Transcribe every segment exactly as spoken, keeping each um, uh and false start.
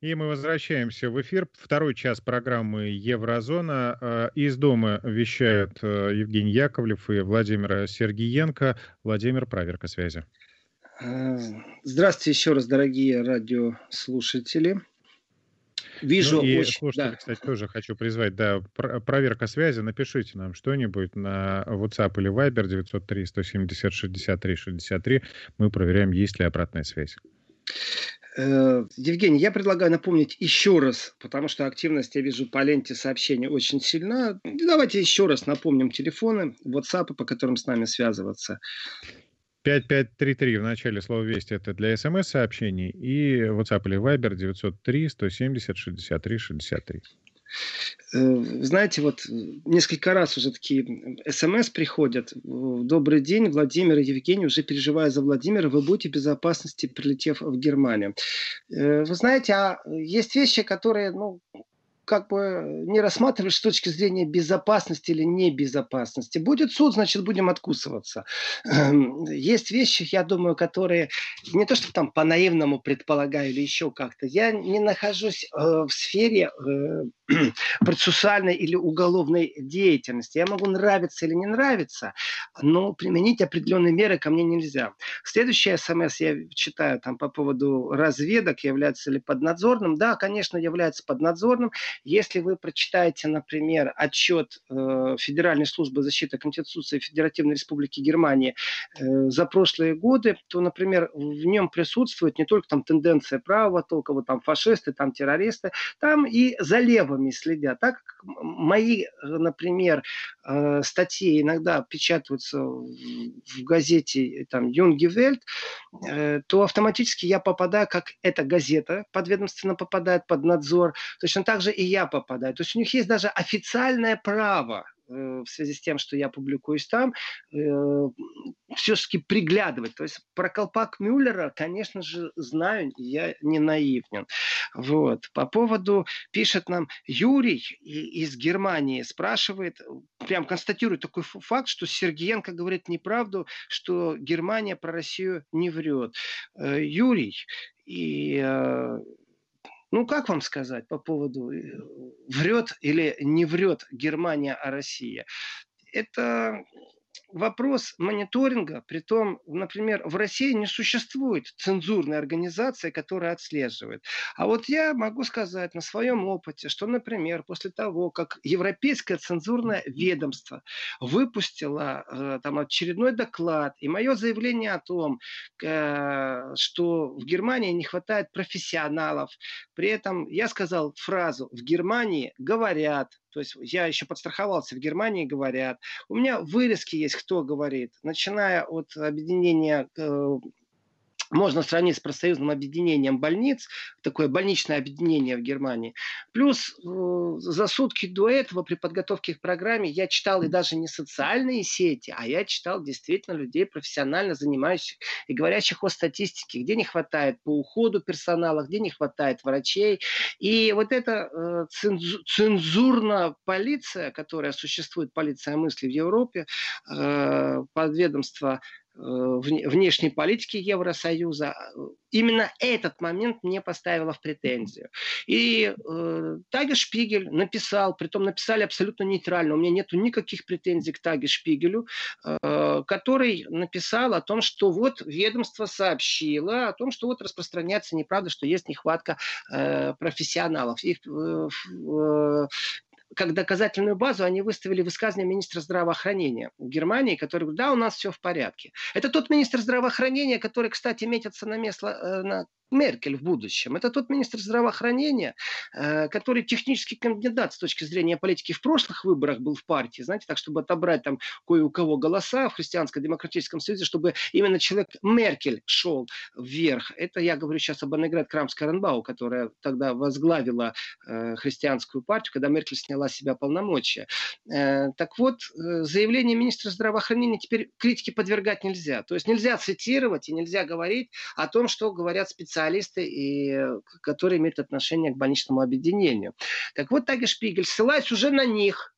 И мы возвращаемся в эфир. Второй час программы «Еврозона». Э, Из дома вещают э, Евгений Яковлев и Владимир Сергиенко. Владимир, проверка связи. Э, Здравствуйте еще раз, дорогие радиослушатели. Ну Вижу и очень... слушатели, Да. кстати, тоже хочу призвать, да, пр- проверка связи. Напишите нам что-нибудь на WhatsApp или Viber девятьсот три сто семьдесят шестьдесят три шестьдесят три. Мы проверяем, есть ли обратная связь. Э, Евгений, я предлагаю напомнить еще раз, потому что активность, я вижу, по ленте сообщений очень сильна. Давайте еще раз напомним телефоны, WhatsApp, по которым с нами связываться. пять пять три три в начале слова «Вести» — это для смс-сообщений, и WhatsApp или Viber девятьсот три сто семьдесят шестьдесят три шестьдесят три. Знаете, вот несколько раз уже такие смс приходят. Добрый день, Владимир и Евгений. Уже переживаю за Владимира. Вы будете в безопасности, прилетев в Германию. Вы знаете, а есть вещи, которые, ну, как бы не рассматривать с точки зрения безопасности или небезопасности. Будет суд, значит, будем откусываться. Есть вещи, я думаю, которые не то, что там по-наивному предполагаю или еще как-то. Я не нахожусь э, в сфере э, процессуальной или уголовной деятельности. Я могу нравиться или не нравиться, но применить определенные меры ко мне нельзя. Следующий смс я читаю там по поводу разведок, является ли поднадзорным. Да, конечно, является поднадзорным. Если вы прочитаете, например, отчет э, Федеральной службы защиты Конституции Федеративной Республики Германии э, за прошлые годы, то, например, в нем присутствует не только там тенденция правого толка, вот там фашисты, там террористы, там и за левыми следят. Так как мои, например, э, статьи иногда печатаются в газете там Юнги Вельт, э, то автоматически я попадаю, как эта газета подведомственно попадает под надзор, точно так же и я попадаю. То есть у них есть даже официальное право э, в связи с тем, что я публикуюсь там, э, все-таки приглядывать. То есть про колпак Мюллера, конечно же, знаю, я не наивен. Вот. По поводу, пишет нам Юрий из Германии, спрашивает, прям констатирует такой факт, что Сергиенко говорит неправду, что Германия про Россию не врет. Э, Юрий, и... Э, Ну, как вам сказать по поводу, врет или не врет Германия о России? Это вопрос мониторинга. Притом, например, в России не существует цензурной организации, которая отслеживает. А вот я могу сказать на своем опыте, что, например, после того, как Европейское цензурное ведомство выпустило э, там очередной доклад, и мое заявление о том, э, что в Германии не хватает профессионалов, при этом я сказал фразу «в Германии говорят», то есть я еще подстраховался, в Германии говорят. У меня вырезки есть, кто говорит. Начиная от объединения, э, можно сравнить с профсоюзным объединением больниц, такое больничное объединение в Германии. Плюс э, за сутки до этого при подготовке к программе я читал и даже не социальные сети, а я читал действительно людей, профессионально занимающихся и говорящих о статистике, где не хватает по уходу персонала, где не хватает врачей. И вот эта э, цензу, цензурная полиция, которая существует, полиция мысли в Европе, э, подведомство внешней политики Евросоюза, именно этот момент мне поставило в претензию. И э, Таге Шпигель написал, притом написали абсолютно нейтрально, у меня нет никаких претензий к Таге Шпигелю, э, который написал о том, что вот ведомство сообщило о том, что вот распространяется неправда, что есть нехватка э, профессионалов. Их э, э, как доказательную базу они выставили высказывание министра здравоохранения в Германии, который говорит, да, у нас все в порядке. Это тот министр здравоохранения, который, кстати, метится на место на Меркель в будущем. Это тот министр здравоохранения, э, который технический кандидат с точки зрения политики в прошлых выборах был в партии, знаете, так, чтобы отобрать там кое у кого голоса в Христианско-демократическом союзе, чтобы именно человек Меркель шел вверх. Это я говорю сейчас об Аннегрет Крамс-Карренбау, которая тогда возглавила э, христианскую партию, когда Меркель сняла с себя полномочия. Э, так вот, э, заявление министра здравоохранения теперь критике подвергать нельзя. То есть нельзя цитировать и нельзя говорить о том, что говорят специалисты, и, которые имеют отношение к больничному объединению. Так вот, Таге Шпигель, ссылаясь уже на них,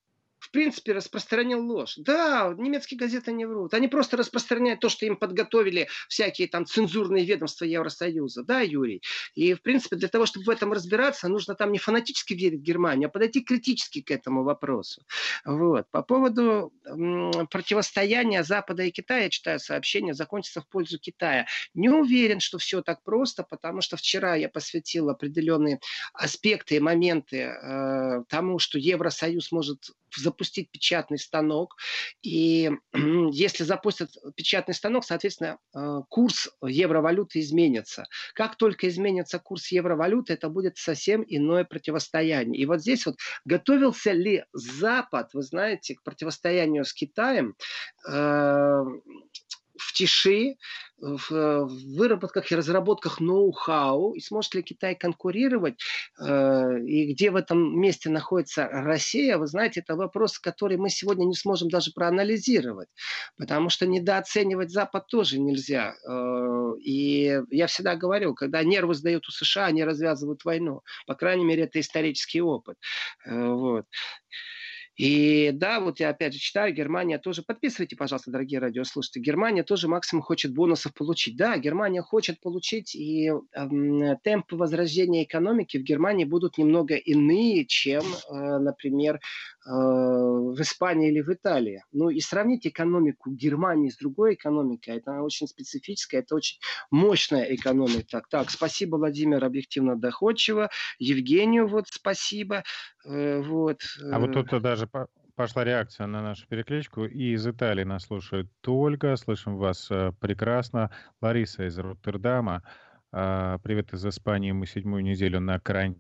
в принципе, распространил ложь. Да, немецкие газеты не врут. Они просто распространяют то, что им подготовили всякие там цензурные ведомства Евросоюза. Да, Юрий? И, в принципе, для того, чтобы в этом разбираться, нужно там не фанатически верить Германии, а подойти критически к этому вопросу. Вот. По поводу м, противостояния Запада и Китая, я читаю сообщение, закончится в пользу Китая. Не уверен, что все так просто, потому что вчера я посвятил определенные аспекты и моменты э, тому, что Евросоюз может запустить печатный станок. И если запустят печатный станок, соответственно, э, курс евровалюты изменится. Как только изменится курс евровалюты, это будет совсем иное противостояние. И вот здесь вот готовился ли Запад, вы знаете, к противостоянию с Китаем, э, в тиши, в выработках и разработках ноу-хау, и сможет ли Китай конкурировать, и где в этом месте находится Россия, вы знаете, это вопрос, который мы сегодня не сможем даже проанализировать, потому что недооценивать Запад тоже нельзя. И я всегда говорил, когда нервы сдают у США, они развязывают войну. По крайней мере, это исторический опыт. Вот. И да, вот я опять же читаю, Германия тоже, подписывайте, пожалуйста, дорогие радиослушатели, Германия тоже максимум хочет бонусов получить. Да, Германия хочет получить, и э, темпы возрождения экономики в Германии будут немного иные, чем, э, например, э, в Испании или в Италии. Ну и сравнить экономику Германии с другой экономикой, это очень специфическая, это очень мощная экономика. Так, так, спасибо, Владимир, объективно доходчиво. Евгению вот спасибо. Э, вот. А вот тут даже пошла реакция на нашу перекличку. И из Италии нас слушает Ольга. Слышим вас прекрасно. Лариса из Роттердама. Привет из Испании. Мы седьмую неделю на карантине.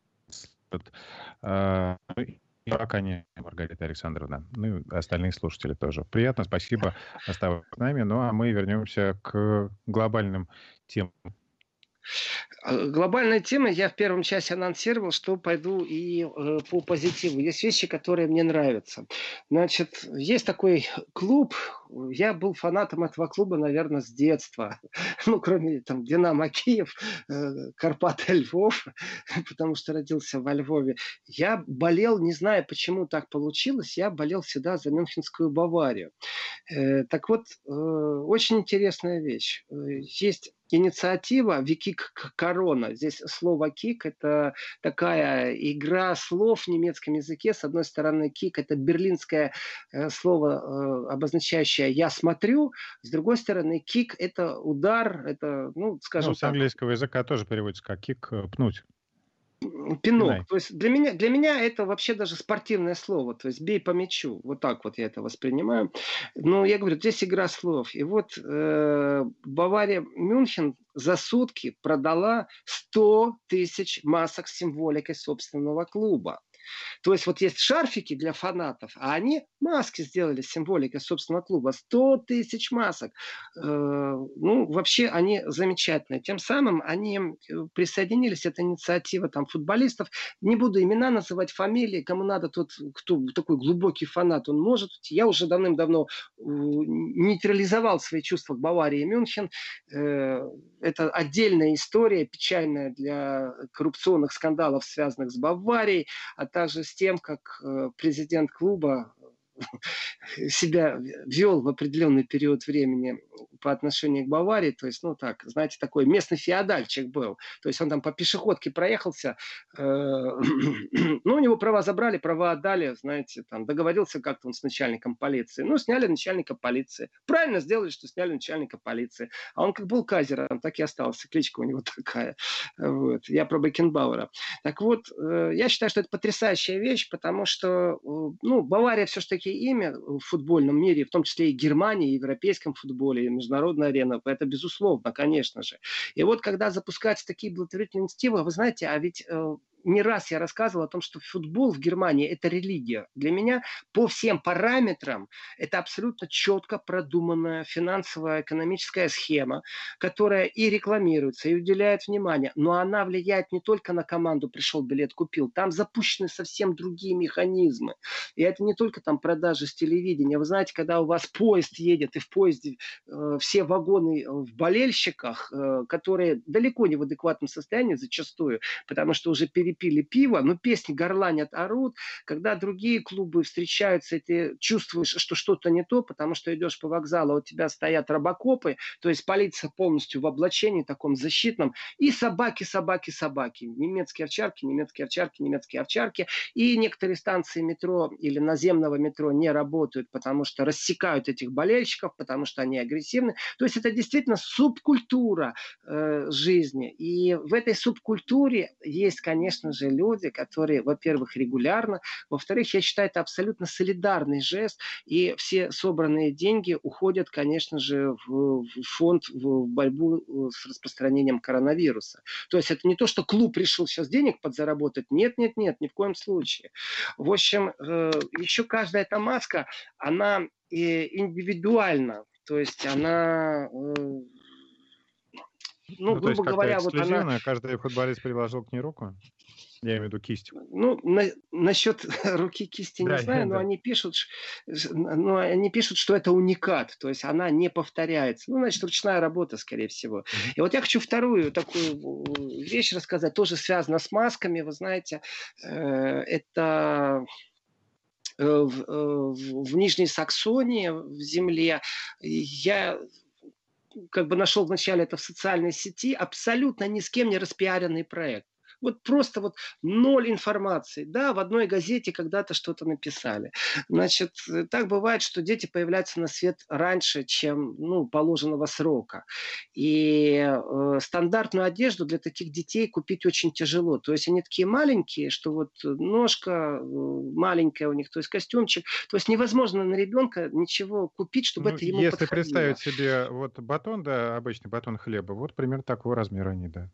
И пока не Маргарита Александровна. Ну и остальные слушатели тоже. Приятно, спасибо. Оставайтесь с нами. Ну а мы вернемся к глобальным темам. Глобальная тема, я в первом часе анонсировал, что пойду и э, по позитиву. Есть вещи, которые мне нравятся. Значит, есть такой клуб, я был фанатом этого клуба, наверное, с детства. Ну, кроме там Динамо Киев, э, Карпаты Львов, потому что родился во Львове. Я болел, не знаю, почему так получилось, я болел всегда за Мюнхенскую Баварию. Э, так вот, э, очень интересная вещь. Есть инициатива Викик Корона. Здесь слово кик — это такая игра слов в немецком языке. С одной стороны, кик — это берлинское э, слово, э, обозначающее «я смотрю». С другой стороны, кик — это удар, это, ну, скажем ну, с так... английского языка тоже переводится как кик, пнуть. Пинок. Пинай. То есть для меня, для меня это вообще даже спортивное слово. То есть бей по мячу. Вот так вот я это воспринимаю. Но я говорю, здесь игра слов. И вот э, Бавария Мюнхен за сутки продала сто тысяч масок с символикой собственного клуба. То есть вот есть шарфики для фанатов, а они маски сделали с символикой собственного клуба. сто тысяч масок. Э, ну, вообще они замечательные. Тем самым они присоединились, это инициатива там футболистов. Не буду имена называть, фамилии. Кому надо, тот, кто такой глубокий фанат, он может. Я уже давным-давно э, нейтрализовал свои чувства к Баварии и Мюнхен. Э, это отдельная история, печальная для коррупционных скандалов, связанных с Баварией, а также с тем, как э, президент клуба себя вел в определенный период времени по отношению к Баварии, то есть, ну так, знаете, такой местный феодальчик был, то есть он там по пешеходке проехался, э, ну, у него права забрали, права отдали, знаете, там договорился как-то он с начальником полиции, ну, сняли начальника полиции, правильно сделали, что сняли начальника полиции, а он как был Казером, так и остался, кличка у него такая, вот, я про Бекенбауэра. Так вот, э, я считаю, что это потрясающая вещь, потому что, э, ну, Бавария все-таки имя в футбольном мире, в том числе и Германии, и европейском футболе, и международная арена, это безусловно, конечно же. И вот когда запускаются такие благотворительные инициативы, вы знаете, а ведь э, не раз я рассказывал о том, что футбол в Германии – это религия. Для меня по всем параметрам это абсолютно четко продуманная финансовая, экономическая схема, которая и рекламируется, и уделяет внимание, но она влияет не только на команду, пришел билет, купил, там запущены совсем другие механизмы. И это не только там продажи с телевидения. Вы знаете, когда у вас поезд едет, и в поезде э, все вагоны в болельщиках, э, которые далеко не в адекватном состоянии зачастую, потому что уже перед перепили пиво, но песни горланят, орут. Когда другие клубы встречаются, и ты чувствуешь, что что-то не то, потому что идешь по вокзалу, а у тебя стоят робокопы, то есть полиция полностью в облачении таком защитном, и собаки, собаки, собаки. Немецкие овчарки, немецкие овчарки, немецкие овчарки. И некоторые станции метро или наземного метро не работают, потому что рассекают этих болельщиков, потому что они агрессивны. То есть это действительно субкультура э, жизни. И в этой субкультуре есть, конечно же, люди, которые, во-первых, регулярно, во-вторых, я считаю, это абсолютно солидарный жест, и все собранные деньги уходят, конечно же, в, в фонд в борьбу с распространением коронавируса. То есть это не то, что клуб решил сейчас денег подзаработать. Нет, нет, нет, ни в коем случае. В общем, э, еще каждая эта маска, она э, индивидуальна. То есть она, э, ну, Ну, то есть грубо как-то говоря, вот она... эксклюзивно, каждый футболист приложил к ней руку? Я имею в виду кисть. Ну, на, насчет руки кисти не Да, знаю, но да. они пишут, ш- ш- ну, они пишут, что это уникат, то есть она не повторяется. Ну, значит, ручная работа, скорее всего. Мгм. И вот я хочу вторую такую э, вещь рассказать, тоже связано с масками, вы знаете, э, это э, в, э, в в Нижней Саксонии, в земле, я как бы нашел вначале это в социальной сети, абсолютно ни с кем не распиаренный проект. Вот просто вот ноль информации. Да, в одной газете когда-то что-то написали. Значит, э, так бывает, что дети появляются на свет раньше, чем ну, положенного срока. И э, стандартную одежду для таких детей купить очень тяжело. То есть они такие маленькие, что вот ножка э, маленькая у них, то есть костюмчик. То есть невозможно на ребенка ничего купить, чтобы Ну, это ему если подходило. представить себе вот батон, да, обычный батон хлеба, вот примерно такого размера они, да.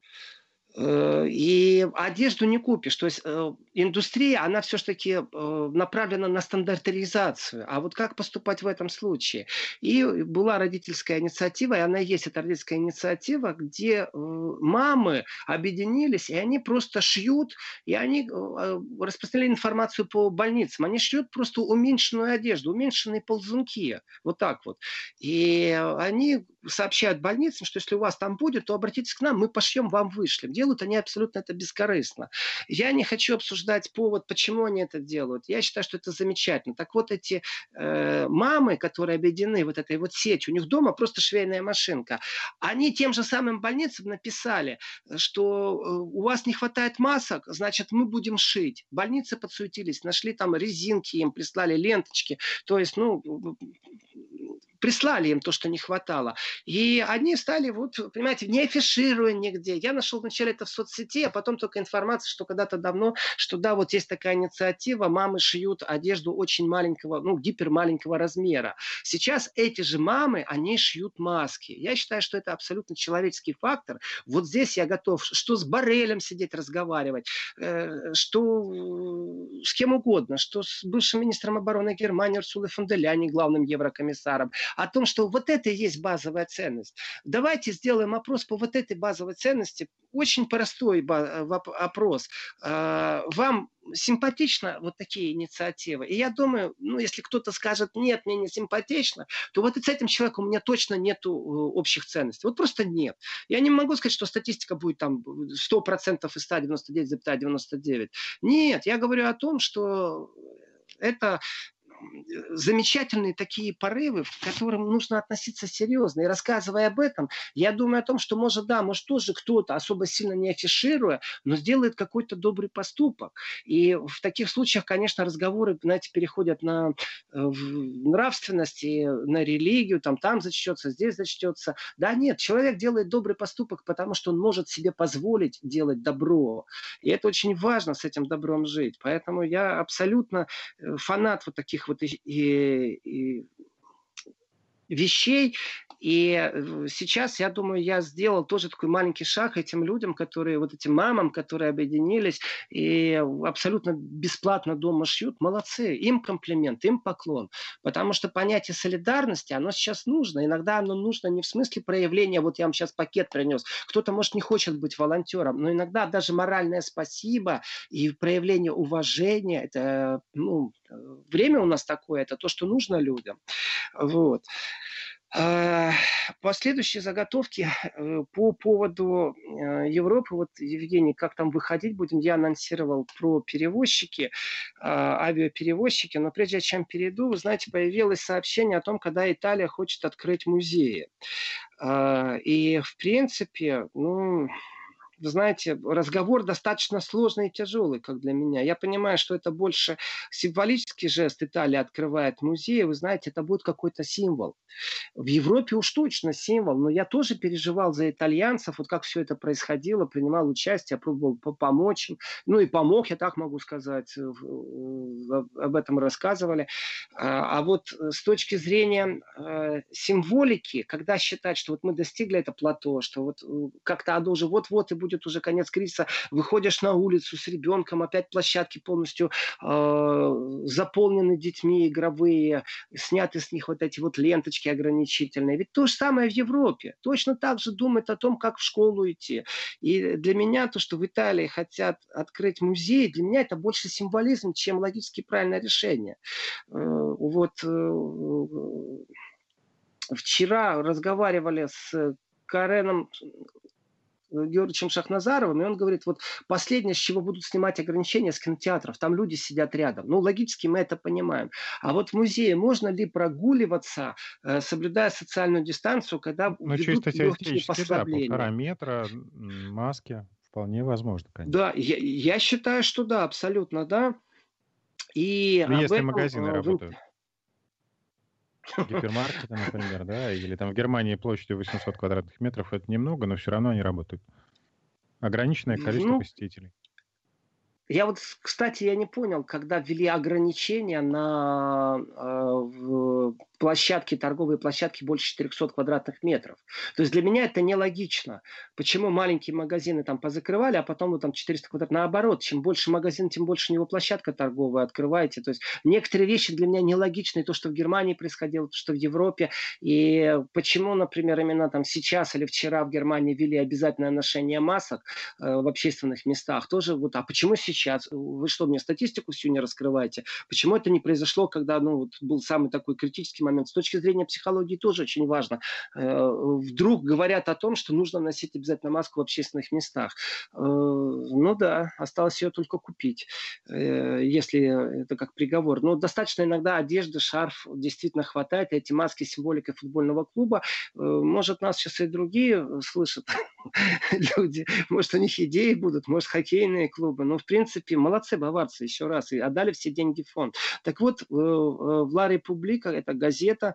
Э, И одежду не купишь. То есть э, индустрия, она все-таки э, направлена на стандартизацию. А вот как поступать в этом случае? И была родительская инициатива, и она есть, эта родительская инициатива, где э, мамы объединились, и они просто шьют, и они э, распространяли информацию по больницам. Они шьют просто уменьшенную одежду, уменьшенные ползунки. Вот так вот. И они сообщают больницам, что если у вас там будет, то обратитесь к нам, мы пошьем, вам вышлем. Делают они абсолютно это бескорыстно. Я не хочу обсуждать повод, почему они это делают. Я считаю, что это замечательно. Так вот эти э, мамы, которые объединены вот этой вот сетью, у них дома просто швейная машинка, они тем же самым больницам написали, что э, у вас не хватает масок, значит, мы будем шить. Больницы подсуетились, нашли там резинки, им прислали ленточки. То есть, ну, прислали им то, что не хватало. И они стали, вот, понимаете, не афишируя нигде. Я нашел вначале это в соцсети, а потом только информация, что когда-то давно, что да, вот есть такая инициатива, мамы шьют одежду очень маленького, ну, гипермаленького размера. Сейчас эти же мамы, они шьют маски. Я считаю, что это абсолютно человеческий фактор. Вот здесь я готов, что с Боррелем сидеть, разговаривать, э, что э, с кем угодно, что с бывшим министром обороны Германии Урсулой фон де Ляйен, главным еврокомиссаром, о том, что вот это и есть базовая ценность. Давайте сделаем опрос по вот этой базовой ценности. Очень простой опрос. Вам симпатичны вот такие инициативы? И я думаю, ну, если кто-то скажет, нет, мне не симпатично, то вот и с этим человеком у меня точно нет общих ценностей. Вот просто нет. Я не могу сказать, что статистика будет там сто процентов из ста девяноста девяти целых девяносто девять сотых. Нет, я говорю о том, что это замечательные такие порывы, к которым нужно относиться серьезно. И рассказывая об этом, я думаю о том, что может, да, может тоже кто-то, особо сильно не афишируя, но сделает какой-то добрый поступок. И в таких случаях, конечно, разговоры, знаете, переходят на э, нравственность и на религию, там, там зачтется, здесь зачтется. Да нет, человек делает добрый поступок, потому что он может себе позволить делать добро. И это очень важно, с этим добром жить. Поэтому я абсолютно фанат вот таких вот и, и, и вещей. И сейчас, я думаю, я сделал тоже такой маленький шаг этим людям, которые, вот этим мамам, которые объединились и абсолютно бесплатно дома шьют. Молодцы. Им комплимент, им поклон. Потому что понятие солидарности, оно сейчас нужно. Иногда оно нужно не в смысле проявления, вот я вам сейчас пакет принес. Кто-то, может, не хочет быть волонтером, но иногда даже моральное спасибо и проявление уважения, это, ну, время у нас такое, это то, что нужно людям. Вот. А, Последующие заготовки э, по поводу э, Европы, вот, Евгений, как там выходить будем, я анонсировал про перевозчики, а, авиаперевозчики, но прежде чем перейду, вы знаете, появилось сообщение о том, когда Италия хочет открыть музеи. А, И, в принципе, ну, вы знаете, разговор достаточно сложный и тяжелый, как для меня. Я понимаю, что это больше символический жест. Италия открывает музей. Вы знаете, это будет какой-то символ. В Европе уж точно символ, но я тоже переживал за итальянцев, вот как все это происходило, принимал участие, пробовал по- помочь им. Ну и помог, я так могу сказать, э, в- э, об этом рассказывали. А а вот э, с точки зрения э, символики, когда считать, что вот мы достигли это плато, что вот э, как-то оно уже вот-вот и будет уже конец кризиса, выходишь на улицу с ребенком, опять площадки полностью э, заполнены детьми игровые, сняты с них вот эти вот ленточки ограничительные. Ведь то же самое в Европе. Точно так же думают о том, как в школу идти. И для меня то, что в Италии хотят открыть музей, для меня это больше символизм, чем логически правильное решение. Э, Вот э, вчера разговаривали с Кареном Георгиевичем Шахназаровым, и он говорит, вот последнее, с чего будут снимать ограничения, с кинотеатров, там люди сидят рядом. Ну, логически мы это понимаем. А вот в музее можно ли прогуливаться, э, соблюдая социальную дистанцию, когда Ну, ведут чисто легкие теоретически, да, полтора послабления? метра, м, маски. Вполне возможно, конечно. Да, я, я считаю, что да, абсолютно да. И Ну, об если этом э, магазины в ин- работают. Гипермаркеты, например, да, или там в Германии площадью восемьсот квадратных метров, это немного, но все равно они работают. Ограниченное количество ну, посетителей. Я вот, кстати, я не понял, когда ввели ограничения на э, в площадки, торговые площадки больше четырехсот квадратных метров. То есть для меня это нелогично. Почему маленькие магазины там позакрывали, а потом вы там четыреста квадратных? Наоборот, чем больше магазин, тем больше у него площадка торговая открываете. То есть некоторые вещи для меня нелогичны. То, что в Германии происходило, то, что в Европе. И почему, например, именно там сейчас или вчера в Германии ввели обязательное ношение масок, э, в общественных местах. Тоже вот, а почему сейчас? Вы что, мне статистику всю не раскрываете? Почему это не произошло, когда ну, вот был самый такой критический момент? С точки зрения психологии тоже очень важно. Э, Вдруг говорят о том, что нужно носить обязательно маску в общественных местах. Э, Ну да, осталось ее только купить, э, если это как приговор. Но достаточно иногда одежды, шарф действительно хватает. Эти маски с символикой футбольного клуба. Э, Может, нас сейчас и другие слышат люди. Может, у них идеи будут, может, хоккейные клубы. Но, в принципе, молодцы баварцы, еще раз. И отдали все деньги в фонд. Так вот, э, э, в Ла Република, это газета,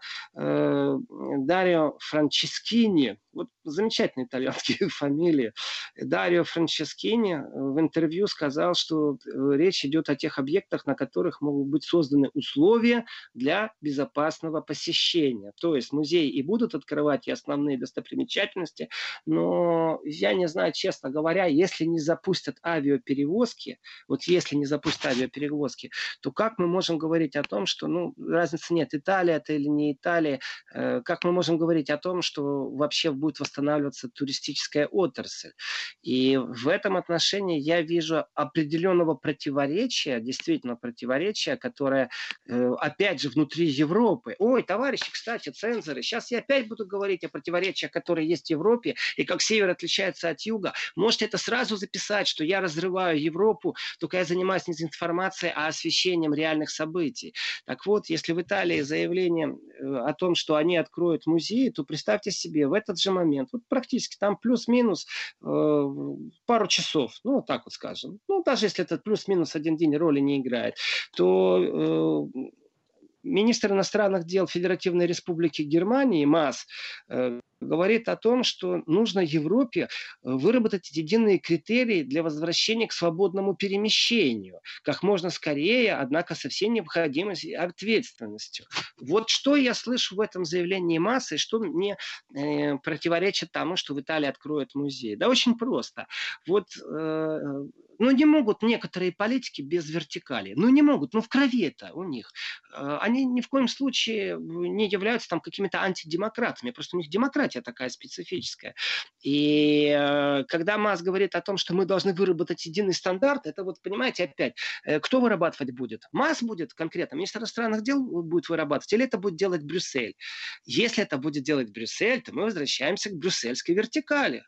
э, Дарио Франческини, вот замечательные итальянские фамилии, Дарио Франческини в интервью сказал, что э, речь идет о тех объектах, на которых могут быть созданы условия для безопасного посещения. То есть музеи и будут открывать и основные достопримечательности, но я не знаю, честно говоря, если не запустят авиаперевозки, вот если не запустят авиаперевозки, то как мы можем говорить о том, что, ну, разницы нет, Италия это или не Италия, э, как мы можем говорить о том, что вообще будет восстанавливаться туристическая отрасль. И в этом отношении я вижу определенного противоречия, действительно противоречия, которое, э, опять же, внутри Европы. Ой, товарищи, кстати, цензоры, сейчас я опять буду говорить о противоречиях, которые есть в Европе, и как север отличается от юга. Можете это сразу записать, что я разрываю Европу, только я занимаюсь не информацией, а освещением реальных событий. Так вот, если в Италии заявление э, о том, что они откроют музей, то представьте себе, в этот же момент, вот практически там плюс-минус э, пару часов, ну, вот так вот скажем, ну, даже если этот плюс-минус один день роли не играет, то э, министр иностранных дел Федеративной Республики Германии МАС э, говорит о том, что нужно Европе выработать единые критерии для возвращения к свободному перемещению. Как можно скорее, однако со всей необходимой ответственностью. Вот что я слышу в этом заявлении МАСа, и что мне э, противоречит тому, что в Италии откроют музей. Да очень просто. Вот э, ну, не могут некоторые политики без вертикали. Ну, не могут. Ну, в крови это у них. Э, Они ни в коем случае не являются там какими-то антидемократами. Просто у них демократия понятие такая специфическая. И э, когда МАС говорит о том, что мы должны выработать единый стандарт, это вот, понимаете, опять, э, кто вырабатывать будет? МАС будет конкретно, министр иностранных дел будет вырабатывать, или это будет делать Брюссель? Если это будет делать Брюссель, то мы возвращаемся к брюссельской вертикали.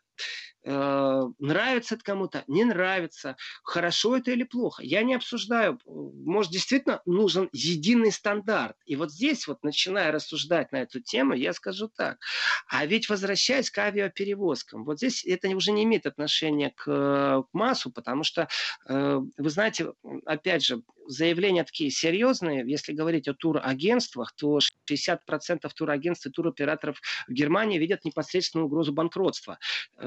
Э, нравится это кому-то, не нравится, хорошо это или плохо. Я не обсуждаю. Может, действительно нужен единый стандарт. И вот здесь, вот начиная рассуждать на эту тему, я скажу так. А ведь возвращаясь к авиаперевозкам, вот здесь это уже не имеет отношения к, к МАСу, потому что, э, вы знаете, опять же, заявления такие серьезные. Если говорить о турагентствах, то шестьдесят процентов турагентств и туроператоров в Германии видят непосредственную угрозу банкротства.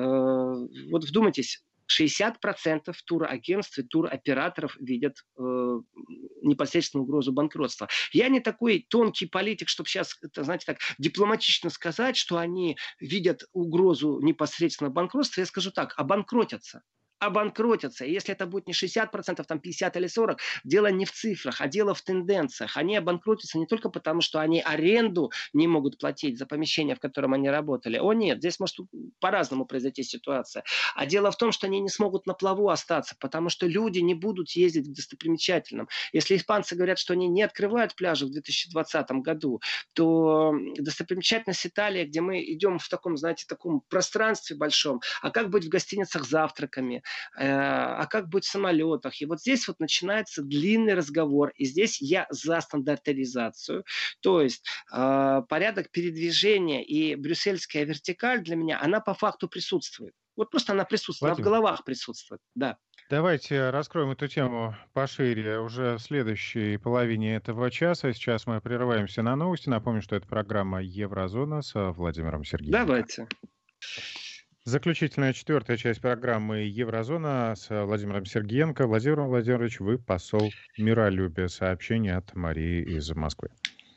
Вот вдумайтесь, шестьдесят процентов турагентств и туроператоров видят э, непосредственную угрозу банкротства. Я не такой тонкий политик, чтобы сейчас, это, знаете, так дипломатично сказать, что они видят угрозу непосредственно банкротства. Я скажу так, обанкротятся. обанкротятся. И если это будет не шестьдесят процентов, там пятьдесят или сорок, дело не в цифрах, а дело в тенденциях. Они обанкротятся не только потому, что они аренду не могут платить за помещение, в котором они работали. О нет, здесь может по-разному произойти ситуация. А дело в том, что они не смогут на плаву остаться, потому что люди не будут ездить к достопримечательным. Если испанцы говорят, что они не открывают пляжи в две тысячи двадцатом году, то достопримечательность Италии, где мы идем в таком, знаете, таком пространстве большом, а как быть в гостиницах с завтраками, а как быть в самолетах. И вот здесь вот начинается длинный разговор. И здесь я за стандартизацию. То есть э, порядок передвижения и брюссельская вертикаль для меня, она по факту присутствует. Вот просто она присутствует, Владимир, она в головах присутствует. Да. давайте раскроем эту тему пошире уже в следующей половине этого часа. Сейчас мы прерываемся на новости. Напомню, что это программа «Еврозона» с Владимиром Сергеенко. Давайте. Заключительная четвертая часть программы «Еврозона» с Владимиром Сергеенко. Владимир Владимирович, вы посол миролюбия. Сообщение от Марии из Москвы.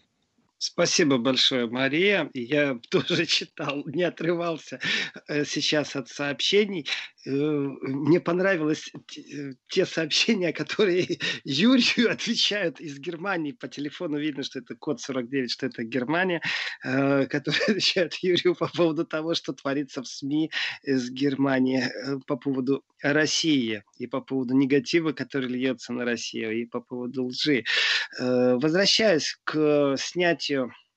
Спасибо большое, Мария. Я тоже читал, не отрывался сейчас от сообщений. Мне понравилось те сообщения, которые Юрию отвечают из Германии. По телефону видно, что это код сорок девять, что это Германия, которые отвечают Юрию по поводу того, что творится в СМИ из Германии, по поводу России и по поводу негатива, который льется на Россию, и по поводу лжи. Возвращаясь к снятию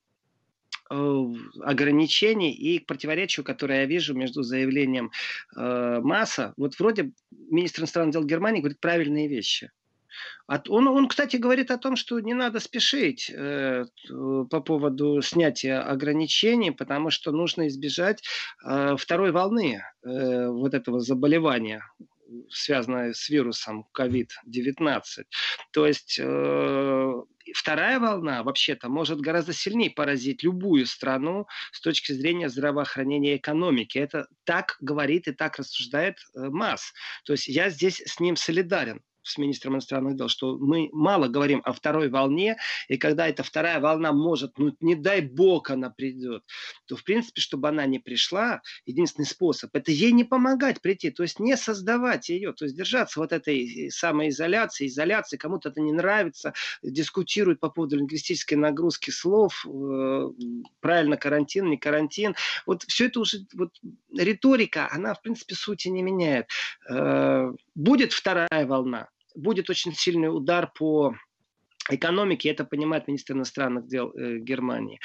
ограничений и к противоречию, которое я вижу между заявлением э, МАСа. Вот вроде министр иностранных дел Германии говорит правильные вещи. Он, он, кстати, говорит о том, что не надо спешить э, по поводу снятия ограничений, потому что нужно избежать э, второй волны э, вот этого заболевания, связанное с вирусом ковид девятнадцать. То есть э, вторая волна, вообще-то, может гораздо сильнее поразить любую страну с точки зрения здравоохранения и экономики. Это так говорит и так рассуждает э, МАС. То есть я здесь с ним солидарен, с министром иностранных дел, что мы мало говорим о второй волне, и когда эта вторая волна может, ну не дай бог она придет, то в принципе, чтобы она не пришла, единственный способ, это ей не помогать прийти, то есть не создавать ее, то есть держаться вот этой самоизоляции, изоляции, кому-то это не нравится, дискутируют по поводу лингвистической нагрузки слов, э, правильно карантин, не карантин, вот все это уже, вот риторика, она в принципе сути не меняет. Э, будет вторая волна, будет очень сильный удар по экономики, это понимает министр иностранных дел э, Германии.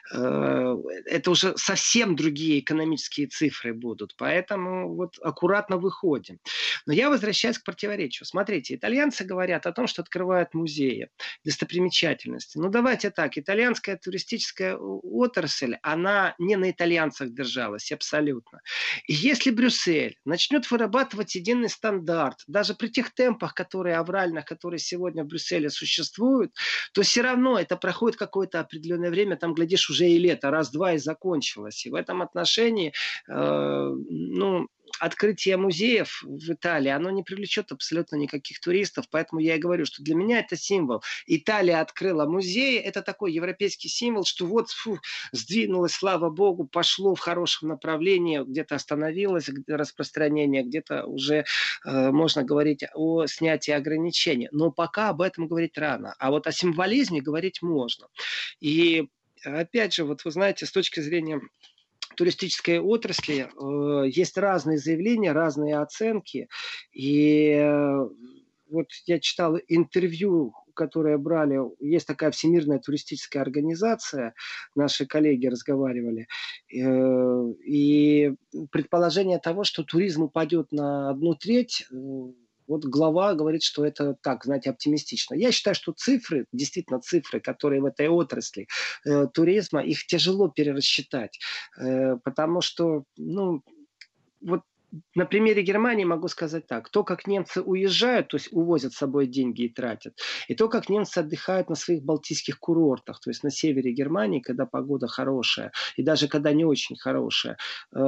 Э, это уже совсем другие экономические цифры будут, поэтому вот аккуратно выходим. Но я возвращаюсь к противоречию. Смотрите, итальянцы говорят о том, что открывают музеи, достопримечательности. Ну давайте так, итальянская туристическая отрасль, она не на итальянцах держалась, абсолютно. И если Брюссель начнет вырабатывать единый стандарт, даже при тех темпах, которые авральных, которые сегодня в Брюсселе существуют, то все равно это проходит какое-то определенное время, там, глядишь, уже и лето, раз-два и закончилось. И в этом отношении, э, ну, открытие музеев в Италии, оно не привлечет абсолютно никаких туристов, поэтому я и говорю, что для меня это символ. Италия открыла музей, это такой европейский символ, что вот фу, сдвинулось, слава богу, пошло в хорошем направлении, где-то остановилось распространение, где-то уже э, можно говорить о снятии ограничений. Но пока об этом говорить рано. А вот о символизме говорить можно. И опять же, вот вы знаете, с точки зрения туристической отрасли э, есть разные заявления, разные оценки. И э, вот я читал интервью, которое брали, есть такая Всемирная туристическая организация, наши коллеги разговаривали, э, и предположение того, что туризм упадет на одну треть, э, вот глава говорит, что это так, знаете, оптимистично. Я считаю, что цифры, действительно цифры, которые в этой отрасли э, туризма, их тяжело перерасчитать, э, потому что, ну, вот на примере Германии могу сказать так. То, как немцы уезжают, то есть увозят с собой деньги и тратят, и то, как немцы отдыхают на своих балтийских курортах, то есть на севере Германии, когда погода хорошая, и даже когда не очень хорошая. Э,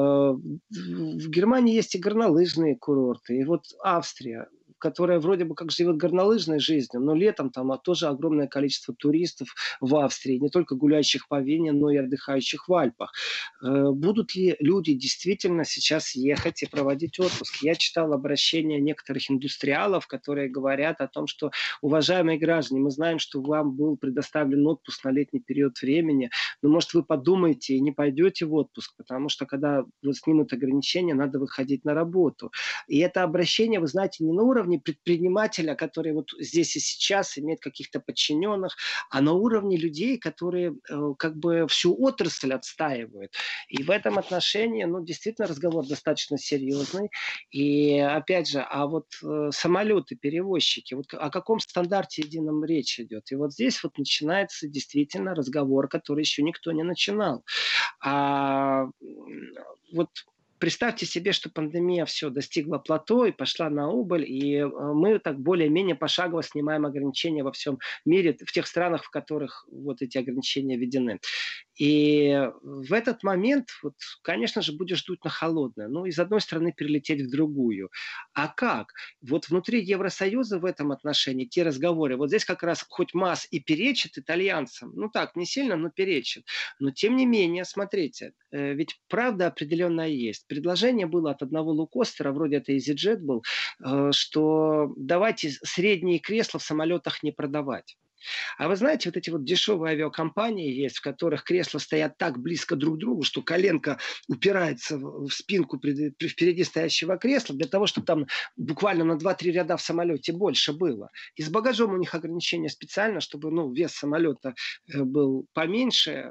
В Германии есть и горнолыжные курорты, и вот Австрия, которая вроде бы как живет горнолыжной жизнью, но летом там а, тоже огромное количество туристов в Австрии, не только гуляющих по Вене, но и отдыхающих в Альпах. Э, Будут ли люди действительно сейчас ехать и проводить отпуск? Я читал обращения некоторых индустриалов, которые говорят о том, что, уважаемые граждане, мы знаем, что вам был предоставлен отпуск на летний период времени, но, может, вы подумаете и не пойдете в отпуск, потому что, когда вот снимут ограничения, надо выходить на работу. И это обращение, вы знаете, не на уровне предпринимателя, который вот здесь и сейчас имеет каких-то подчиненных, а на уровне людей, которые э, как бы всю отрасль отстаивают. И в этом отношении, ну, действительно, разговор достаточно серьезный. И, опять же, а вот э, самолеты, перевозчики, вот о каком стандарте едином речь идет? И вот здесь вот начинается действительно разговор, который еще никто не начинал. А вот представьте себе, что пандемия все достигла плато и пошла на убыль, и э, мы так более-менее пошагово снимаем ограничения во всем мире, в тех странах, в которых вот эти ограничения введены. И в этот момент, вот, конечно же, будешь дуть на холодное. Ну, из одной страны перелететь в другую. А как? Вот внутри Евросоюза в этом отношении те разговоры, вот здесь как раз хоть МАС и перечит итальянцам, ну так, не сильно, но перечит. Но тем не менее, смотрите, э, ведь правда определенная есть. Предложение было от одного лоукостера, вроде это EasyJet был, э, что давайте средние кресла в самолетах не продавать. А вы знаете, вот эти вот дешевые авиакомпании есть, в которых кресла стоят так близко друг к другу, что коленка упирается в спинку впереди стоящего кресла, для того, чтобы там буквально на два-три ряда в самолете больше было. И с багажом у них ограничения специально, чтобы, ну, вес самолета был поменьше.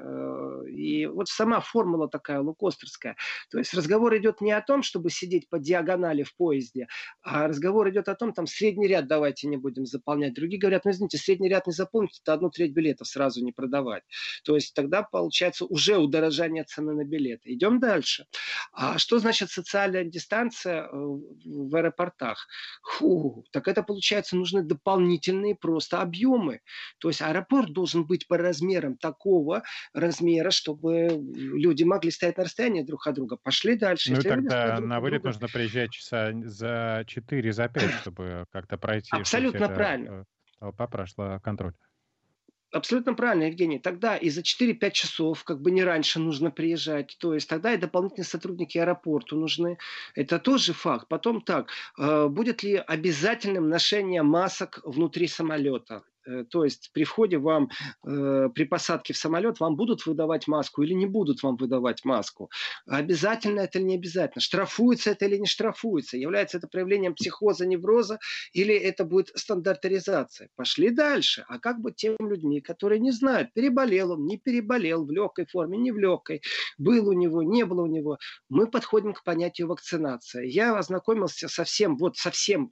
И вот сама формула такая лоукостерская. То есть разговор идет не о том, чтобы сидеть по диагонали в поезде, а разговор идет о том, там средний ряд давайте не будем заполнять. Другие говорят, ну извините, средний ряд не заполнить, это одну треть билетов сразу не продавать. То есть тогда получается уже удорожание цены на билеты. Идем дальше. А что значит социальная дистанция в аэропортах? Фу, так это получается нужны дополнительные просто объемы. То есть аэропорт должен быть по размерам такого размера, чтобы люди могли стоять на расстоянии друг от друга. Пошли дальше. Ну и Если люди стоят тогда друг на от вылет друга, нужно приезжать часа за четыре, за пять, чтобы как-то пройти, чтобы вся абсолютно эта правильно. э, толпа прошла контроль. Абсолютно правильно, Евгений. Тогда и за четыре-пять часов, как бы не раньше, нужно приезжать. То есть тогда и дополнительные сотрудники аэропорту нужны. Это тоже факт. Потом так, э, будет ли обязательным ношение масок внутри самолета? Э, То есть при входе вам, э, при посадке в самолет, вам будут выдавать маску или не будут вам выдавать маску? Обязательно это или не обязательно? Штрафуется это или не штрафуется? Является это проявлением психоза, невроза или это будет стандартизация? Пошли дальше. А как быть тем людьми, которые не знают, переболел он, не переболел, в легкой форме, не в легкой, был у него, не было у него? Мы подходим к понятию вакцинация. Я ознакомился совсем, вот совсем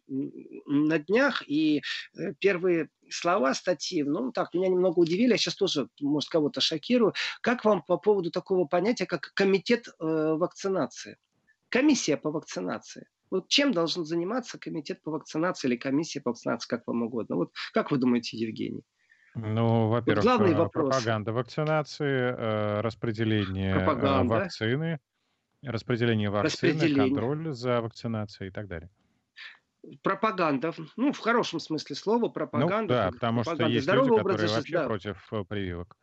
на днях, и э, первые слова статьи, ну так, меня немного удивили, я сейчас тоже, может, кого-то шокирую. Как вам по поводу такого понятия, как комитет э, вакцинации? Комиссия по вакцинации. Вот чем должен заниматься комитет по вакцинации или комиссия по вакцинации, как вам угодно? Вот как вы думаете, Евгений? Ну, Вот во-первых, главный э, вопрос. пропаганда вакцинации, э, распределение э, Пропаганда, вакцины, распределение вакцины, распределение. контроль за вакцинацией и так далее. Пропаганда, ну, в хорошем смысле слова, Ну пропаганда, да, как потому что пропаганда есть люди, здорового образа которые жизни, вообще да. против э, прививок.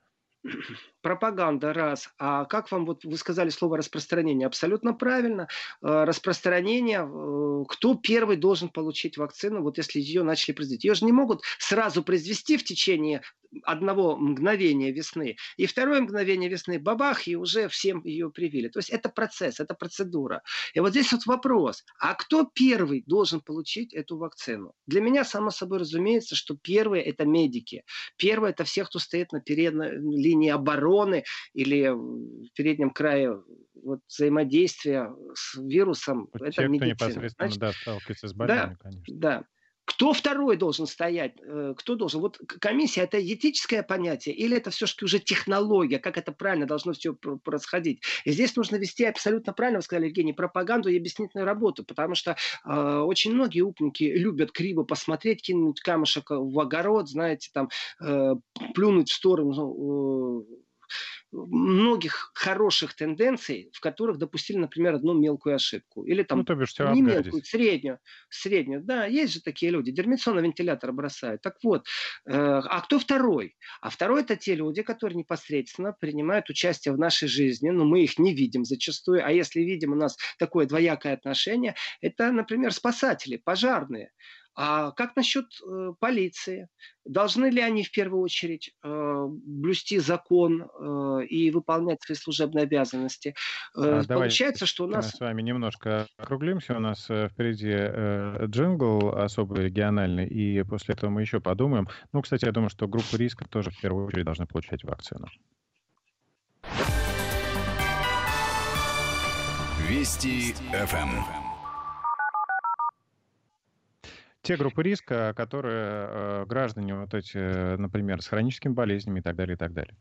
Пропаганда, раз. А как вам, вот вы сказали слово распространение? Абсолютно правильно. Э, Распространение, э, кто первый должен получить вакцину, вот если ее начали производить. Ее же не могут сразу произвести в течение одного мгновения весны. И второе мгновение весны, бабах, и уже всем ее привили. То есть это процесс, это процедура. И вот здесь вот вопрос, а кто первый должен получить эту вакцину? Для меня, само собой разумеется, что первые это медики. Первые это все, кто стоит на передней линии обороны или в переднем крае вот, взаимодействия с вирусом. Вот это те, кто медицина. непосредственно, Значит, да, сталкивается с да, больными, конечно. да. Кто второй должен стоять? Э, Кто должен? Вот к- комиссия это этическое понятие или это все-таки уже технология? Как это правильно должно все происходить? И здесь нужно вести абсолютно правильно, вы сказали, Евгений, пропаганду и объяснительную работу, потому что э, очень многие умники любят криво посмотреть, кинуть камушек в огород, знаете, там э, плюнуть в сторону э, многих хороших тенденций, в которых допустили, например, одну мелкую ошибку. Или Ну, там то бишь все не мелкую, обгадить. среднюю. Среднюю. Да, есть же такие люди. Дермицон на вентилятор бросают. Так вот, э, а кто второй? А второй это те люди, которые непосредственно принимают участие в нашей жизни, но мы их не видим зачастую. А если видим, у нас такое двоякое отношение, это, например, спасатели, пожарные. А как насчет э, полиции? Должны ли они в первую очередь э, блюсти закон э, и выполнять свои служебные обязанности? Э, А, Давайте получается, что у нас с вами немножко округлимся. У нас э, впереди э, джингл особый региональный, и после этого мы еще подумаем. Ну, кстати, я думаю, что группы риска тоже в первую очередь должны получать вакцину. Вести эф эм. Те группы риска, которые э, граждане вот эти, э, например, с хроническими болезнями и так далее, и так далее.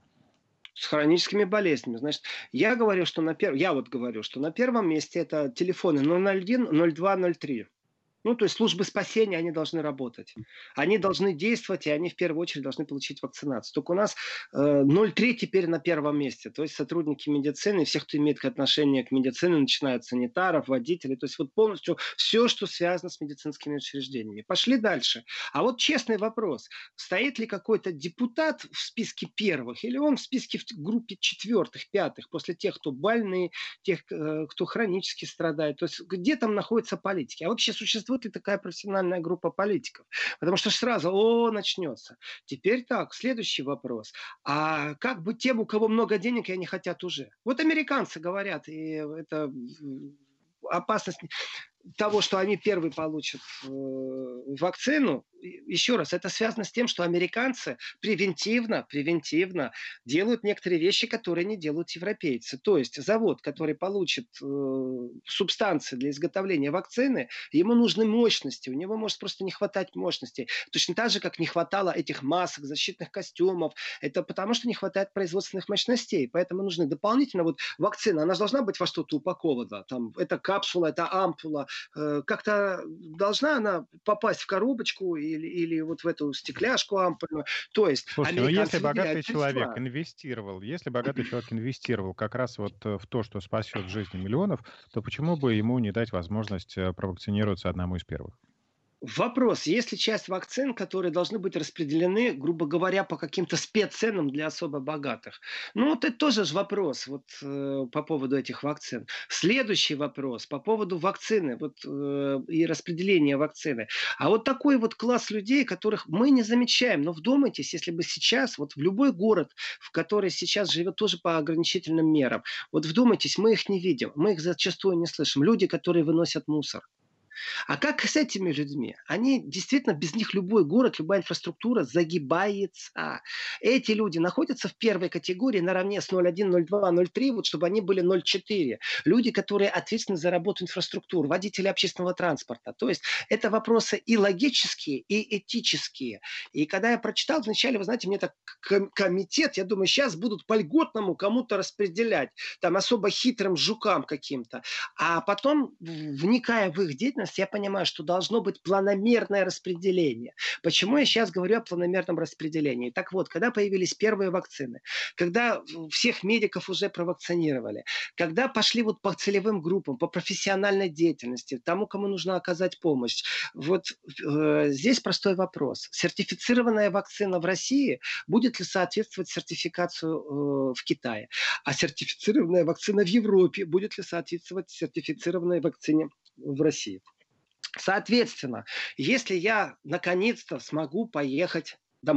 с хроническими болезнями. Значит, я говорю, что на первом, я вот говорю, что на первом месте это телефоны ноль ноль один, ноль два, ноль три. Ну, то есть службы спасения, они должны работать. Они должны действовать, и они в первую очередь должны получить вакцинацию. Только у нас э, ноль три теперь на первом месте. То есть сотрудники медицины, всех, кто имеет отношение к медицине, начиная от санитаров, водителей. То есть вот полностью все, что связано с медицинскими учреждениями. Пошли дальше. А вот честный вопрос. Стоит ли какой-то депутат в списке первых, или он в списке в группе четвертых, пятых, после тех, кто больные, тех, э, кто хронически страдает? То есть где там находятся политики? А вообще существует ли такая профессиональная группа политиков? Потому что сразу, о, начнется. Теперь так, следующий вопрос. А как быть тем, у кого много денег, и они хотят уже? Вот американцы говорят, и это опасность того, что они первые получат э, вакцину, еще раз, это связано с тем, что американцы превентивно, превентивно делают некоторые вещи, которые не делают европейцы. То есть завод, который получит э, субстанции для изготовления вакцины, ему нужны мощности, у него может просто не хватать мощностей. Точно так же, как не хватало этих масок, защитных костюмов. Это потому, что не хватает производственных мощностей. Поэтому нужны дополнительно вот вакцина, она же должна быть во что-то упакована. Там, это капсула, это ампула. Как-то должна она попасть в коробочку или, или вот в эту стекляшку ампульную. То есть Слушайте, ну если американцы богатый выделяют человек средства. инвестировал, если богатый человек инвестировал как раз вот э, в то, что спасет жизни миллионов, то почему бы ему не дать возможность э, провакцинироваться одному из первых? Вопрос, есть ли часть вакцин, которые должны быть распределены, грубо говоря, по каким-то спецценам для особо богатых? Ну, вот это тоже же вопрос вот, э, по поводу этих вакцин. Следующий вопрос по поводу вакцины вот, э, и распределения вакцины. А вот такой вот класс людей, которых мы не замечаем, но вдумайтесь, если бы сейчас, вот в любой город, в который сейчас живет тоже по ограничительным мерам, вот вдумайтесь, мы их не видим, мы их зачастую не слышим. Люди, которые выносят мусор. А как с этими людьми? Они действительно, без них любой город, любая инфраструктура загибается. Эти люди находятся в первой категории наравне с ноль один, ноль два, ноль три, вот чтобы они были ноль четыре. Люди, которые ответственны за работу инфраструктуры, водители общественного транспорта. То есть это вопросы и логические, и этические. И когда я прочитал, вначале, вы знаете, мне так комитет, я думаю, сейчас будут по льготному кому-то распределять, там особо хитрым жукам каким-то. А потом, вникая в их деятельность, я понимаю, что должно быть планомерное распределение. Почему я сейчас говорю о планомерном распределении? Так вот, когда появились первые вакцины, когда всех медиков уже провакцинировали, когда пошли вот по целевым группам, по профессиональной деятельности, тому, кому нужно оказать помощь, вот э, здесь простой вопрос. Сертифицированная вакцина в России будет ли соответствовать сертификацию э, в Китае? А сертифицированная вакцина в Европе будет ли соответствовать сертифицированной вакцине в России? Соответственно, если я наконец-то смогу поехать домой,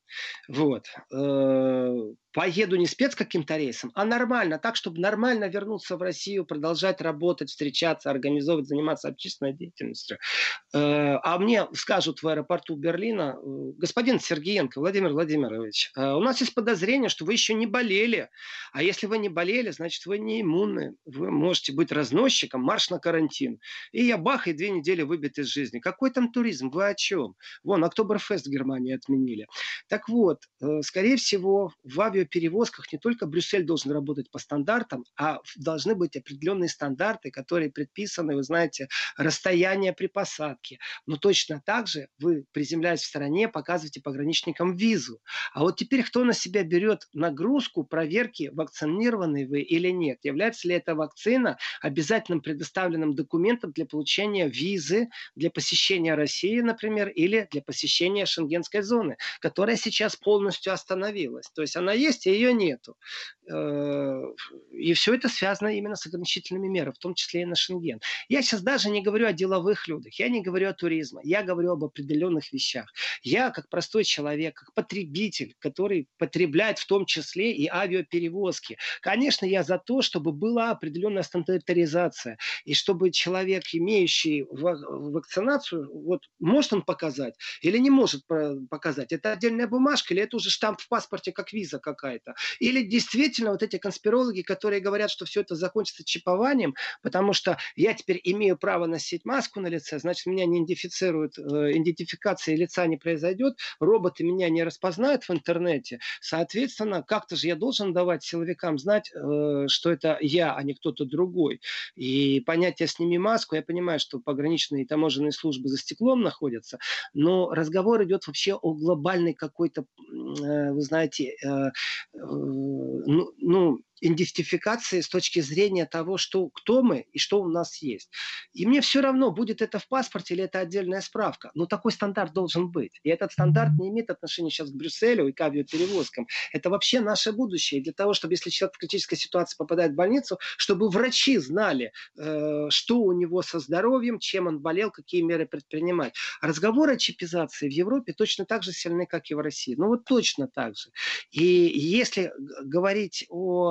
Вот. Э, Поеду не спец каким-то рейсом, а нормально, так, чтобы нормально вернуться в Россию, продолжать работать, встречаться, организовывать, заниматься общественной деятельностью. Э, А мне скажут в аэропорту Берлина: э, господин Сергеенко, Владимир Владимирович, э, у нас есть подозрение, что вы еще не болели. А если вы не болели, значит, вы не иммунны. Вы можете быть разносчиком, марш на карантин. И я бах, и две недели выбит из жизни. Какой там туризм? Вы о чем? Вон, Октоберфест в Германии отменили. Так вот, э, скорее всего, в авиаперевозках не только Брюссель должен работать по стандартам, а должны быть определенные стандарты, которые предписаны, вы знаете, расстояние при посадке. Но точно так же вы, приземляясь в стране, показываете пограничникам визу. А вот теперь кто на себя берет нагрузку проверки, вакцинированы вы или нет? Является ли эта вакцина обязательным предоставленным документом для получения визы для посещения России, например, или для посещения Шенгенской зоны, которая сейчас полностью остановилась. То есть она есть, и ее нету. И все это связано именно с ограничительными мерами, в том числе и на Шенген. Я сейчас даже не говорю о деловых людях, я не говорю о туризме, я говорю об определенных вещах. Я, как простой человек, как потребитель, который потребляет в том числе и авиаперевозки, конечно, я за то, чтобы была определенная стандартизация, и чтобы человек, имеющий вакцинацию, вот может он показать или не может показать. Это отдельная бумажка, или это уже штамп в паспорте, как виза какая-то. Или действительно вот эти конспирологи, которые говорят, что все это закончится чипованием, потому что я теперь имею право носить маску на лице, значит, меня не идентифицируют, э, идентификация лица не произойдет, роботы меня не распознают в интернете. Соответственно, как-то же я должен давать силовикам знать, э, что это я, а не кто-то другой. И понятие «сними маску», я понимаю, что пограничные и таможенные службы за стеклом находятся, но разговор идет вообще о глобальной какой-то, э, вы знаете, э, э, ну, ну, идентификации с точки зрения того, что, кто мы и что у нас есть. И мне все равно, будет это в паспорте или это отдельная справка. Но такой стандарт должен быть. И этот стандарт не имеет отношения сейчас к Брюсселю и к авиаперевозкам. Это вообще наше будущее. Для того, чтобы, если человек в критической ситуации попадает в больницу, чтобы врачи знали, э, что у него со здоровьем, чем он болел, какие меры предпринимать. Разговоры о чипизации в Европе точно так же сильны, как и в России. Ну вот точно так же. И если говорить о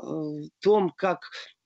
том, как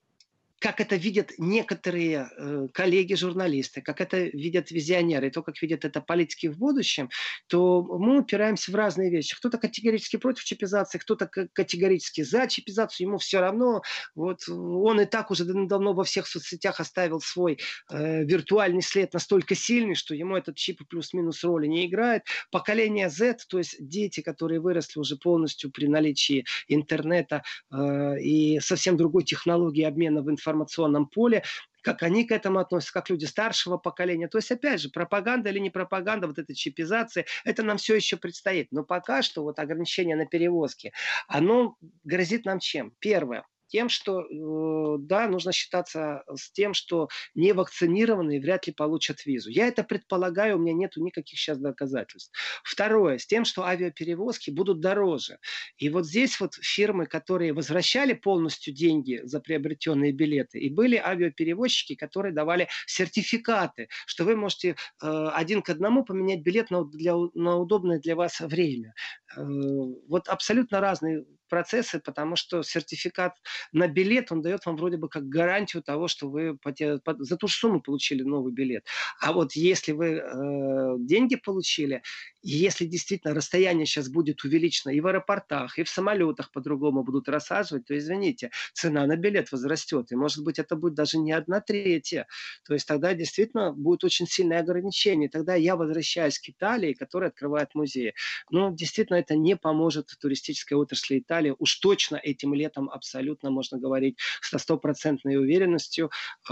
как это видят некоторые э, коллеги-журналисты, как это видят визионеры, и то, как видят это политики в будущем, то мы упираемся в разные вещи. Кто-то категорически против чипизации, кто-то категорически за чипизацию, ему все равно. Вот он и так уже давно во всех соцсетях оставил свой э, виртуальный след настолько сильный, что ему этот чип плюс-минус роли не играет. Поколение Z, то есть дети, которые выросли уже полностью при наличии интернета э, и совсем другой технологии обмена в информации, информационном поле, как они к этому относятся, как люди старшего поколения. То есть, опять же, пропаганда или не пропаганда, вот эта чипизация, это нам все еще предстоит. Но пока что вот ограничение на перевозки, оно грозит нам чем? Первое. Тем, что, да, нужно считаться с тем, что невакцинированные вряд ли получат визу. Я это предполагаю, у меня нет никаких сейчас доказательств. Второе, с тем, что авиаперевозки будут дороже. И вот здесь вот фирмы, которые возвращали полностью деньги за приобретенные билеты, и были авиаперевозчики, которые давали сертификаты, что вы можете э, один к одному поменять билет на, для, на удобное для вас время. Э, вот абсолютно разные процессы, потому что сертификат на билет, он дает вам вроде бы как гарантию того, что вы за ту же сумму получили новый билет. А вот если вы э, деньги получили, если действительно расстояние сейчас будет увеличено и в аэропортах, и в самолетах по-другому будут рассаживать, то, извините, цена на билет возрастет. И, может быть, это будет даже не одна третья. То есть тогда действительно будет очень сильное ограничение. Тогда я возвращаюсь к Италии, которая открывает музеи. Но действительно это не поможет туристической отрасли Италии. Уж точно этим летом абсолютно можно говорить со стопроцентной уверенностью,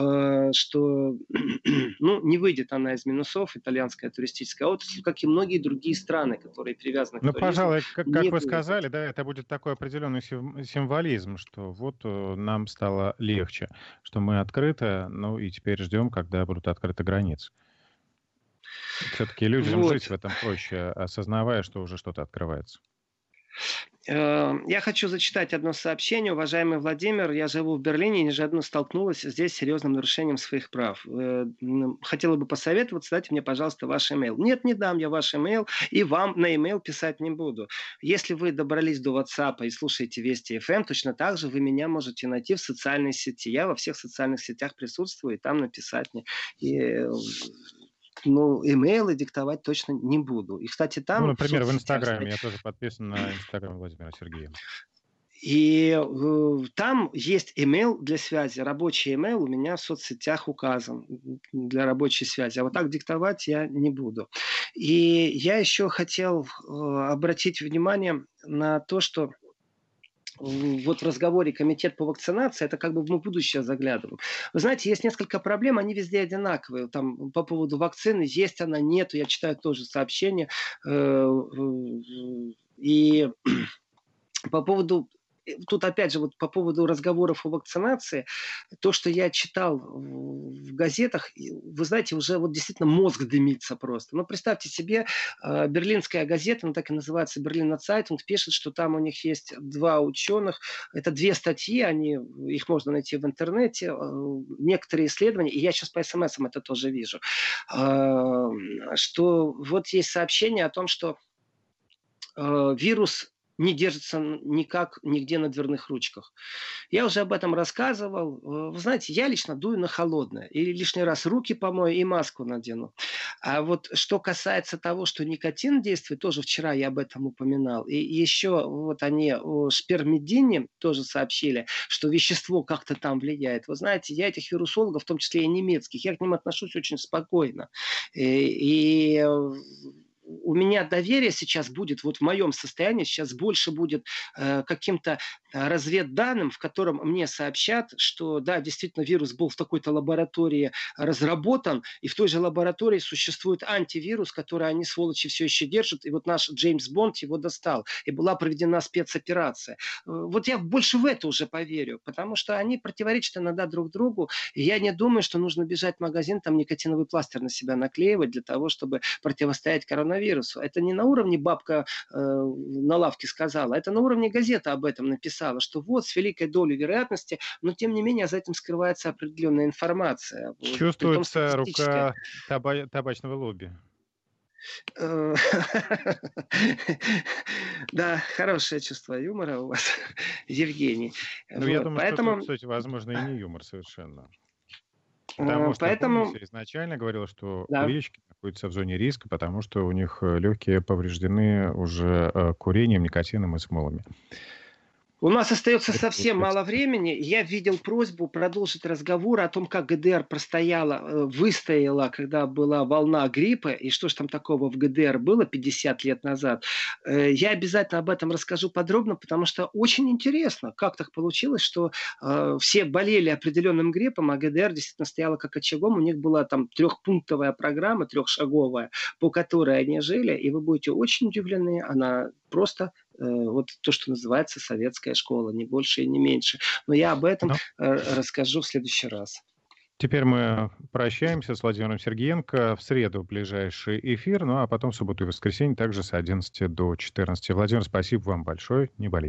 э, что ну, не выйдет она из минусов, итальянская туристическая отрасль, как и многие другие страны, которые привязаны к Ну, туризму. пожалуй, как, как вы выйдет. сказали, да, это будет такой определенный символизм, что вот э, нам стало легче, что мы открыты, ну и теперь ждем, когда будут открыты границы. Все-таки людям Вот. жить в этом проще, осознавая, что уже что-то открывается. Я хочу зачитать одно сообщение. Уважаемый Владимир, я живу в Берлине и неожиданно столкнулась здесь с серьезным нарушением своих прав. Хотела бы посоветоваться, дайте мне, пожалуйста, ваш имейл. Нет, не дам я ваш имейл, и вам на имейл писать не буду. Если вы добрались до WhatsApp и слушаете Вести эф эм, точно так же вы меня можете найти в социальной сети. Я во всех социальных сетях присутствую, и там написать мне. И... Ну, имейлы диктовать точно не буду. И, кстати, там... Ну, например, в Инстаграме. Я тоже подписан на Инстаграм Владимира Сергеева. И э, там есть имейл для связи. Рабочий имейл у меня в соцсетях указан для рабочей связи. А вот так диктовать я не буду. И я еще хотел э, обратить внимание на то, что вот в разговоре комитет по вакцинации, это как бы мы в будущее заглядываем. Вы знаете, есть несколько проблем, они везде одинаковые. Там по поводу вакцины, есть она, нету. Я читаю тоже сообщения. И по поводу... Тут опять же вот по поводу разговоров о вакцинации, то, что я читал в газетах, вы знаете, уже вот действительно мозг дымится просто. Ну, представьте себе, берлинская газета, она так и называется, Берлинер Цайтунг, пишет, что там у них есть два ученых, это две статьи, они, их можно найти в интернете, некоторые исследования, и я сейчас по смс-ам это тоже вижу, что вот есть сообщение о том, что вирус не держится никак нигде на дверных ручках. Я уже об этом рассказывал. Вы знаете, я лично дую на холодное. Или лишний раз руки помою и маску надену. А вот что касается того, что никотин действует, тоже вчера я об этом упоминал. И еще вот они о спермидине тоже сообщили, что вещество как-то там влияет. Вы знаете, я этих вирусологов, в том числе и немецких, я к ним отношусь очень спокойно. И... и у меня доверие сейчас будет, вот в моем состоянии, сейчас больше будет э, каким-то разведданным, в котором мне сообщат, что да, действительно вирус был в такой-то лаборатории разработан, и в той же лаборатории существует антивирус, который они, сволочи, все еще держат, и вот наш Джеймс Бонд его достал, и была проведена спецоперация. Вот я больше в это уже поверю, потому что они противоречат иногда друг другу, и я не думаю, что нужно бежать в магазин, там никотиновый пластырь на себя наклеивать для того, чтобы противостоять коронавирусу. Это не на уровне бабка э, на лавке сказала, это на уровне газета об этом написала, что вот с великой долей вероятности, но тем не менее за этим скрывается определенная информация. Чувствуется рука таба- табачного лобби. Да, хорошее чувство юмора у вас, Евгений. Ну, я думаю, что, кстати, возможно, и не юмор совершенно. Потому что, Поэтому... помните, изначально говорил, что Да. курильщики находятся в зоне риска, потому что у них легкие повреждены уже э, курением, никотином и смолами. У нас остается совсем мало времени. Я видел просьбу продолжить разговор о том, как ГДР простояла, выстояла, когда была волна гриппа, и что же там такого в ГДР было пятьдесят лет назад. Я обязательно об этом расскажу подробно, потому что очень интересно, как так получилось, что э, все болели определенным гриппом, а ГДР действительно стояла как очагом. У них была там трехпунктовая программа, трехшаговая, по которой они жили, и вы будете очень удивлены, она просто... Вот то, что называется советская школа, не больше и не меньше. Но я об этом Но... расскажу в следующий раз. Теперь мы прощаемся с Владимиром Сергеенко. В среду ближайший эфир, ну а потом в субботу и воскресенье также с одиннадцати до четырнадцати. Владимир, спасибо вам большое. Не болейте.